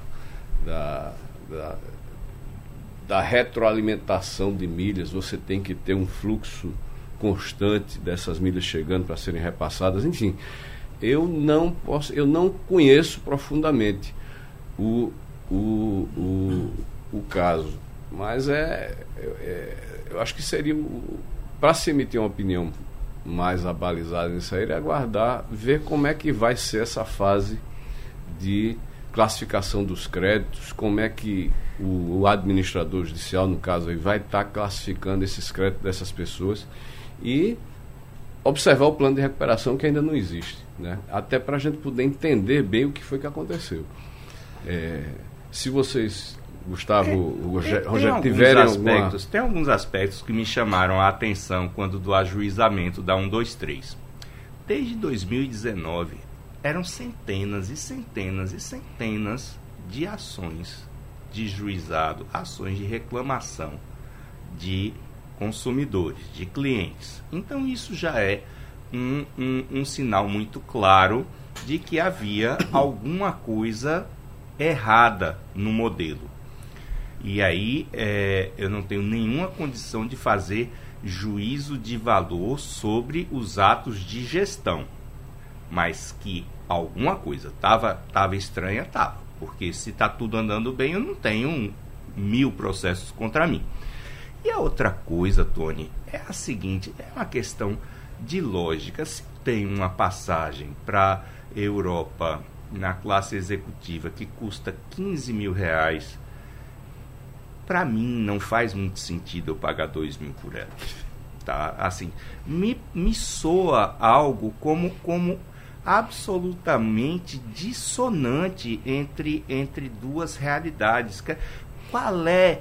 retroalimentação de milhas, você tem que ter um fluxo constante dessas milhas chegando para serem repassadas, enfim. Eu não conheço profundamente o caso, mas eu acho que seria, para se emitir uma opinião mais abalizada nisso aí, é aguardar, ver como é que vai ser essa fase de classificação dos créditos, como é que o administrador judicial, no caso aí, vai estar classificando esses créditos dessas pessoas e observar o plano de recuperação que ainda não existe, né? Até para a gente poder entender bem o que foi que aconteceu. Se vocês, Gustavo, Rogério, tiverem tem alguns aspectos que me chamaram a atenção quando do ajuizamento da 123. Desde 2019, eram centenas e centenas e centenas de ações de juizado, ações de reclamação de consumidores, de clientes. Então isso já é um sinal muito claro de que havia alguma coisa errada no modelo. E aí eu não tenho nenhuma condição de fazer juízo de valor sobre os atos de gestão, mas que alguma coisa estava estranha, estava, porque se está tudo andando bem, eu não tenho 1000 processos contra mim. E a outra coisa, Tony, é a seguinte, é uma questão de lógica. Se tem uma passagem para Europa na classe executiva que custa R$15.000, para mim não faz muito sentido eu pagar R$2.000 por ela, tá? Assim, me soa algo como absolutamente dissonante entre duas realidades. Qual é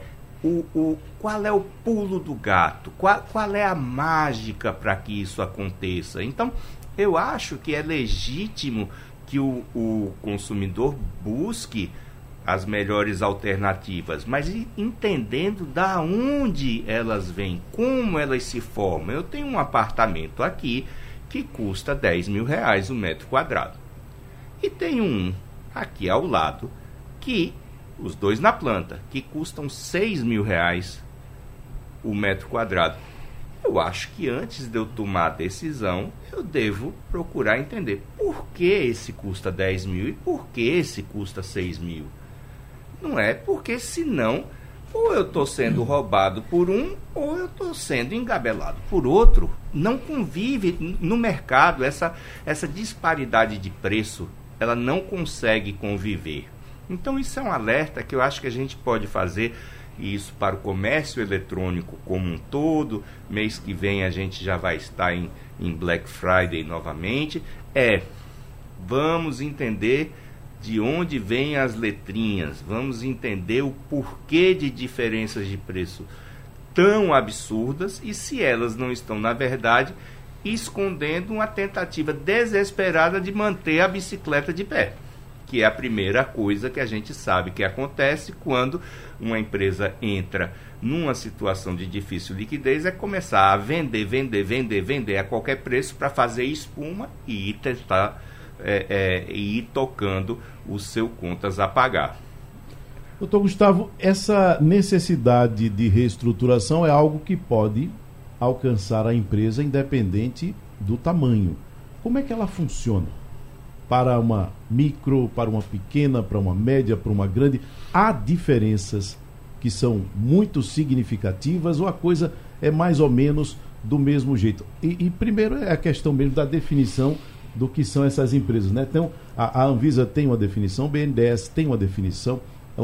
o pulo do gato? Qual é a mágica para que isso aconteça? Então, eu acho que é legítimo que o consumidor busque as melhores alternativas, mas entendendo da onde elas vêm, como elas se formam. Eu tenho um apartamento aqui que custa R$10.000 o metro quadrado. E tem um aqui ao lado, que os dois na planta, que custam R$6.000 o metro quadrado. Eu acho que antes de eu tomar a decisão, eu devo procurar entender por que esse custa 10.000 e por que esse custa 6.000. Não é porque senão ou eu estou sendo roubado por um ou eu estou sendo engabelado por outro. Não convive no mercado, essa disparidade de preço, ela não consegue conviver. Então isso é um alerta que eu acho que a gente pode fazer isso para o comércio eletrônico como um todo. Mês que vem a gente já vai estar em Black Friday novamente. Vamos entender de onde vêm as letrinhas, vamos entender o porquê de diferenças de preço tão absurdas e se elas não estão, na verdade, escondendo uma tentativa desesperada de manter a bicicleta de pé, que é a primeira coisa que a gente sabe que acontece quando uma empresa entra numa situação de difícil liquidez, é começar a vender a qualquer preço para fazer espuma e tentar ir tocando o seu contas a pagar. Doutor Gustavo, essa necessidade de reestruturação é algo que pode alcançar a empresa independente do tamanho. Como é que ela funciona? Para uma micro, para uma pequena, para uma média, para uma grande? Há diferenças que são muito significativas ou a coisa é mais ou menos do mesmo jeito? E primeiro é a questão mesmo da definição do que são essas empresas, né? Então, a Anvisa tem uma definição, o BNDES tem uma definição,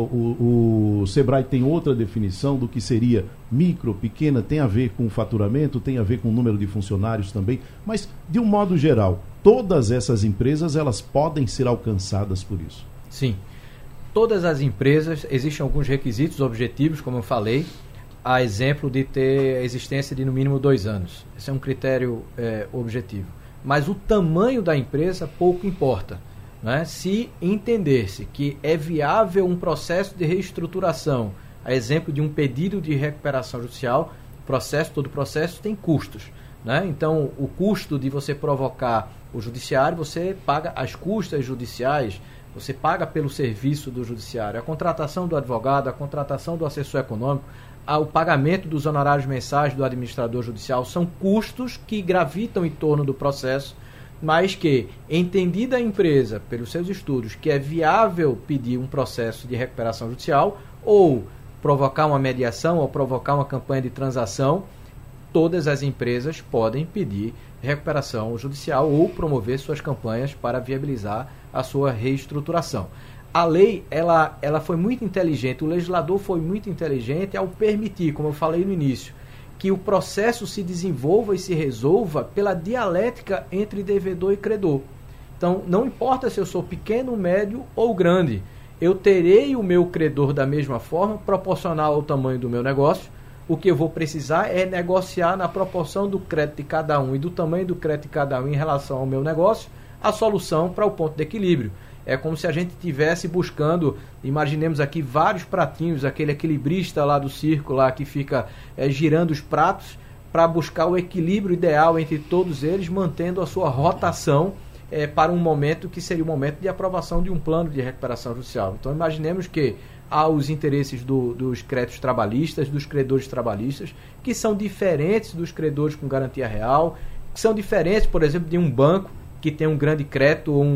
o Sebrae tem outra definição do que seria micro, pequena, tem a ver com faturamento, tem a ver com o número de funcionários também, mas de um modo geral, todas essas empresas, elas podem ser alcançadas por isso? Sim. Todas as empresas, existem alguns requisitos objetivos, como eu falei, a exemplo de ter a existência de no mínimo 2 anos. Esse é um critério objetivo. Mas o tamanho da empresa pouco importa. Né? Se entender-se que é viável um processo de reestruturação, a exemplo de um pedido de recuperação judicial, todo processo tem custos. Né? Então, o custo de você provocar o judiciário, você paga as custas judiciais, você paga pelo serviço do judiciário, a contratação do advogado, a contratação do assessor econômico, o pagamento dos honorários mensais do administrador judicial, são custos que gravitam em torno do processo, mas que, entendida a empresa, pelos seus estudos, que é viável pedir um processo de recuperação judicial ou provocar uma mediação ou provocar uma campanha de transação, todas as empresas podem pedir recuperação judicial ou promover suas campanhas para viabilizar a sua reestruturação. A lei, ela foi muito inteligente, o legislador foi muito inteligente ao permitir, como eu falei no início, que o processo se desenvolva e se resolva pela dialética entre devedor e credor. Então, não importa se eu sou pequeno, médio ou grande, eu terei o meu credor da mesma forma, proporcional ao tamanho do meu negócio. O que eu vou precisar é negociar na proporção do crédito de cada um e do tamanho do crédito de cada um em relação ao meu negócio, a solução para o ponto de equilíbrio. É como se a gente estivesse buscando, imaginemos aqui vários pratinhos, aquele equilibrista lá do circo lá que fica girando os pratos para buscar o equilíbrio ideal entre todos eles, mantendo a sua rotação para um momento que seria o momento de aprovação de um plano de recuperação judicial. Então imaginemos que há os interesses dos créditos trabalhistas, dos credores trabalhistas, que são diferentes dos credores com garantia real, que são diferentes, por exemplo, de um banco que tem um grande crédito ou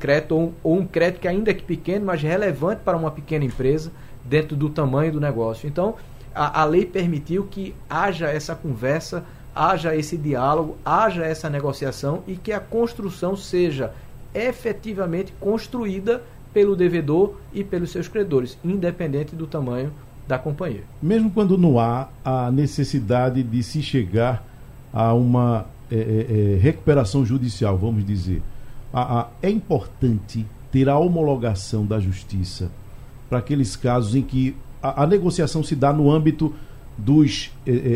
um crédito que ainda é pequeno, mas relevante para uma pequena empresa dentro do tamanho do negócio. Então, a lei permitiu que haja essa conversa, haja esse diálogo, haja essa negociação e que a construção seja efetivamente construída pelo devedor e pelos seus credores, independente do tamanho da companhia. Mesmo quando não há a necessidade de se chegar a uma recuperação judicial, vamos dizer, é importante ter a homologação da justiça para aqueles casos em que a negociação se dá no âmbito dos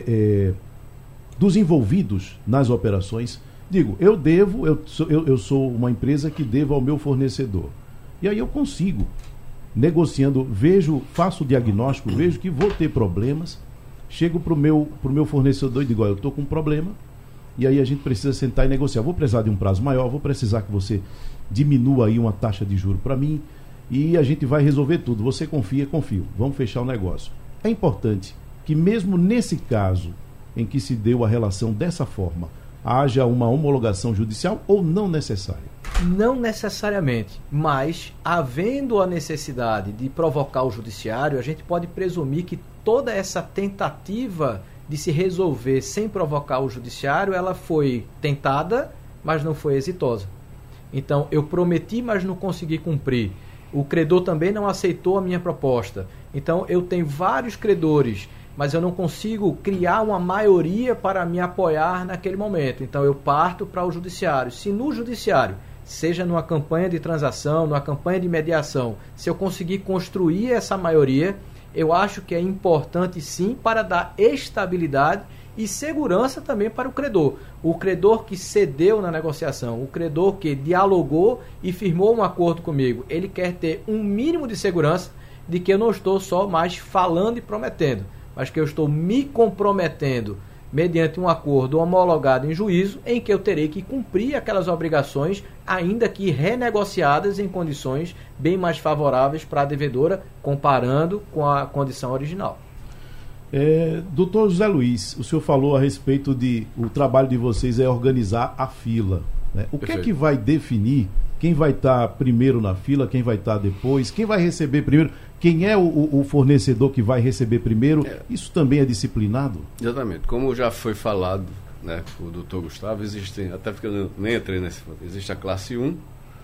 envolvidos nas operações. Digo, eu sou uma empresa que devo ao meu fornecedor. E aí eu consigo, negociando, faço o diagnóstico, vejo que vou ter problemas, chego para o meu fornecedor e digo, eu estou com um problema, e aí a gente precisa sentar e negociar. Vou precisar de um prazo maior, vou precisar que você diminua aí uma taxa de juros para mim, e a gente vai resolver tudo. Você confia, confio. Vamos fechar o negócio. É importante que mesmo nesse caso em que se deu a relação dessa forma, haja uma homologação judicial ou não necessária? Não necessariamente, mas havendo a necessidade de provocar o judiciário, a gente pode presumir que toda essa tentativa de se resolver sem provocar o judiciário, ela foi tentada, mas não foi exitosa. Então, eu prometi, mas não consegui cumprir. O credor também não aceitou a minha proposta. Então, eu tenho vários credores, mas eu não consigo criar uma maioria para me apoiar naquele momento. Então, eu parto para o judiciário. Se no judiciário, seja numa campanha de transação, numa campanha de mediação, se eu conseguir construir essa maioria, eu acho que é importante sim para dar estabilidade e segurança também para o credor. O credor que cedeu na negociação, o credor que dialogou e firmou um acordo comigo, ele quer ter um mínimo de segurança de que eu não estou só mais falando e prometendo, mas que eu estou me comprometendo mediante um acordo homologado em juízo, em que eu terei que cumprir aquelas obrigações, ainda que renegociadas em condições bem mais favoráveis para a devedora, comparando com a condição original. Doutor José Luiz, o senhor falou a respeito de o trabalho de vocês é organizar a fila, né? O que é que vai definir quem vai estar primeiro na fila, quem vai estar depois, quem vai receber primeiro, quem é o fornecedor que vai receber primeiro? Isso também é disciplinado? Exatamente. Como já foi falado, né, o doutor Gustavo, existem, até porque eu nem entrei nesse, existe a classe 1.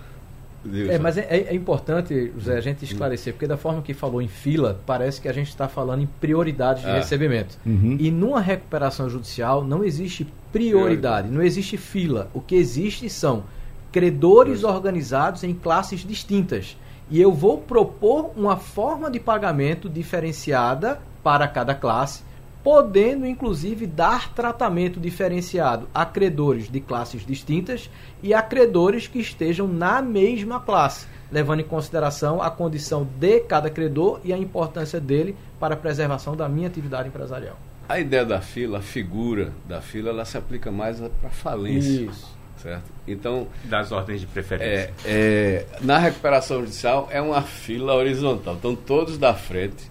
Mas é importante, José, a gente esclarecer, porque da forma que falou em fila, parece que a gente está falando em prioridade de recebimento. E numa recuperação judicial não existe prioridade, não existe fila. O que existe são credores organizados em classes distintas. E eu vou propor uma forma de pagamento diferenciada para cada classe, podendo inclusive dar tratamento diferenciado a credores de classes distintas e a credores que estejam na mesma classe, levando em consideração a condição de cada credor e a importância dele para a preservação da minha atividade empresarial. A ideia da fila, a figura da fila, ela se aplica mais para falência. Isso. Certo? Então, das ordens de preferência. Na recuperação judicial é uma fila horizontal. Então, todos da frente,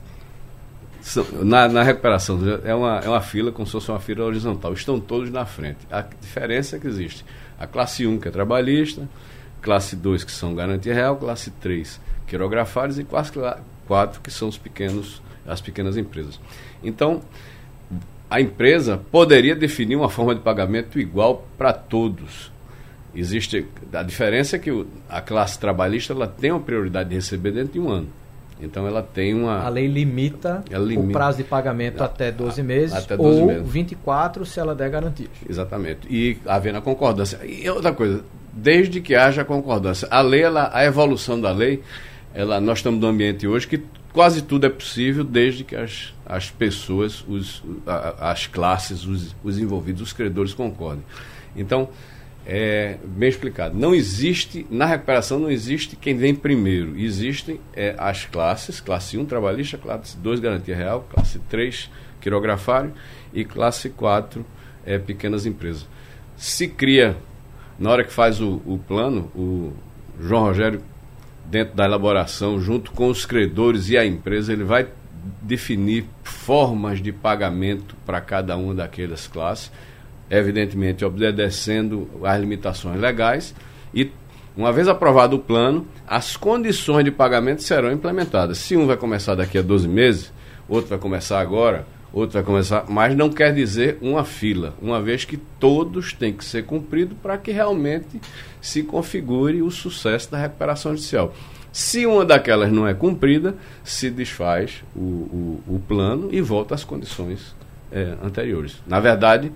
na recuperação, é uma fila como se fosse uma fila horizontal. Estão todos na frente. A diferença é que existe a classe 1, que é trabalhista, classe 2, que são garantia real, classe 3, quirografários, e classe 4, que são as pequenas empresas. Então, a empresa poderia definir uma forma de pagamento igual para todos. Existe a diferença é que a classe trabalhista ela tem uma prioridade de receber dentro de um ano. Então ela tem uma... A lei limita o prazo de pagamento até 12 meses até 12 ou meses. 24 se ela der garantias. Exatamente. E havendo a concordância. E outra coisa, desde que haja concordância. A lei, a evolução da lei, nós estamos num ambiente hoje que quase tudo é possível desde que as pessoas, as classes, os envolvidos, os credores concordem. Então, bem explicado. Não existe, na recuperação não existe quem vem primeiro. Existem as classes, classe 1 trabalhista, classe 2 garantia real, classe 3 quirografário e classe 4 pequenas empresas. Se cria, na hora que faz o plano, o João Rogério, dentro da elaboração, junto com os credores e a empresa, ele vai definir formas de pagamento para cada uma daquelas classes, evidentemente obedecendo às limitações legais, e uma vez aprovado o plano, as condições de pagamento serão implementadas. Se um vai começar daqui a 12 meses, outro vai começar agora, outro vai começar, mas não quer dizer uma fila, uma vez que todos têm que ser cumpridos para que realmente se configure o sucesso da recuperação judicial. Se uma daquelas não é cumprida, se desfaz o plano e volta às condições anteriores. Na verdade,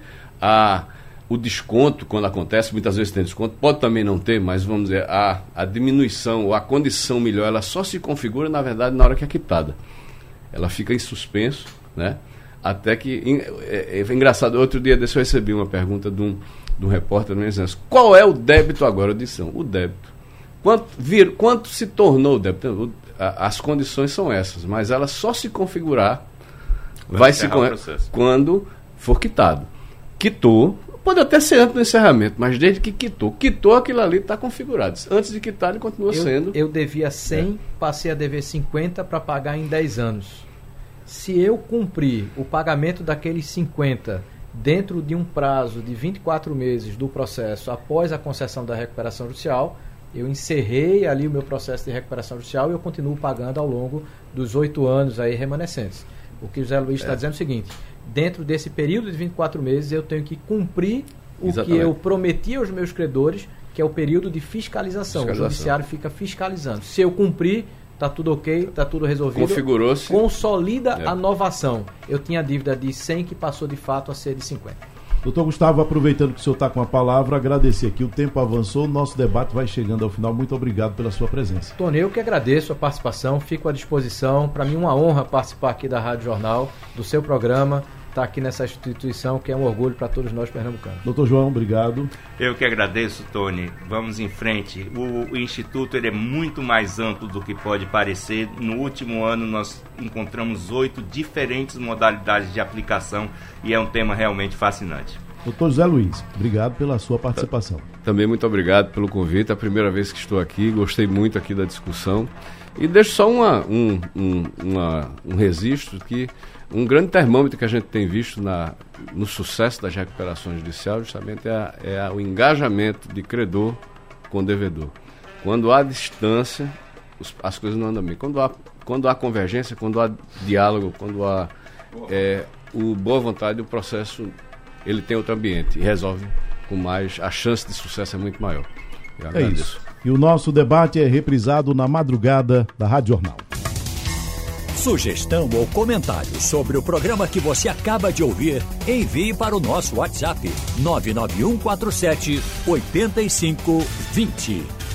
o desconto, quando acontece, muitas vezes tem desconto, pode também não ter, mas vamos dizer, a diminuição ou a condição melhor, ela só se configura, na verdade, na hora que é quitada. Ela fica em suspenso, né? Até que... É engraçado, outro dia desse eu recebi uma pergunta de um repórter no Exército. Qual é o débito agora? Eu disse, o débito. Quanto se tornou o débito? As condições são essas, mas ela só se configurar quando for quitado. Quitou, pode até ser antes do encerramento, mas desde que quitou aquilo ali está configurado. Antes de quitar, ele continua sendo... Eu devia 100, passei a dever 50 para pagar em 10 anos. Se eu cumprir o pagamento daqueles 50 dentro de um prazo de 24 meses do processo após a concessão da recuperação judicial, eu encerrei ali o meu processo de recuperação judicial e eu continuo pagando ao longo dos 8 anos aí remanescentes. O que o José Luiz está dizendo é o seguinte: dentro desse período de 24 meses eu tenho que cumprir o que eu prometi aos meus credores, que é o período de fiscalização. O judiciário fica fiscalizando. Se eu cumprir, está tudo ok, está tudo resolvido. Configurou-se. Consolida a novação. Eu tinha dívida de 100 que passou de fato a ser de 50. Doutor Gustavo, aproveitando que o senhor está com a palavra, agradecer aqui. O tempo avançou, o nosso debate vai chegando ao final. Muito obrigado pela sua presença. Tony, eu que agradeço a participação, fico à disposição. Para mim, uma honra participar aqui da Rádio Jornal, do seu programa. estar aqui nessa instituição que é um orgulho para todos nós pernambucanos. Doutor João, obrigado. Eu que agradeço, Tony. Vamos em frente. O Instituto ele é muito mais amplo do que pode parecer. No último ano nós encontramos 8 diferentes modalidades de aplicação e é um tema realmente fascinante. Doutor José Luiz, obrigado pela sua participação. Também muito obrigado pelo convite, é a primeira vez que estou aqui, gostei muito aqui da discussão. E deixo só um registro que um grande termômetro que a gente tem visto no sucesso das recuperações judiciais justamente é o engajamento de credor com devedor. Quando há distância, as coisas não andam bem. Quando há convergência, quando há diálogo, quando há boa vontade, o processo ele tem outro ambiente e resolve com mais, a chance de sucesso é muito maior. É isso. E o nosso debate é reprisado na madrugada da Rádio Jornal. Sugestão ou comentário sobre o programa que você acaba de ouvir, envie para o nosso WhatsApp 99147 8520.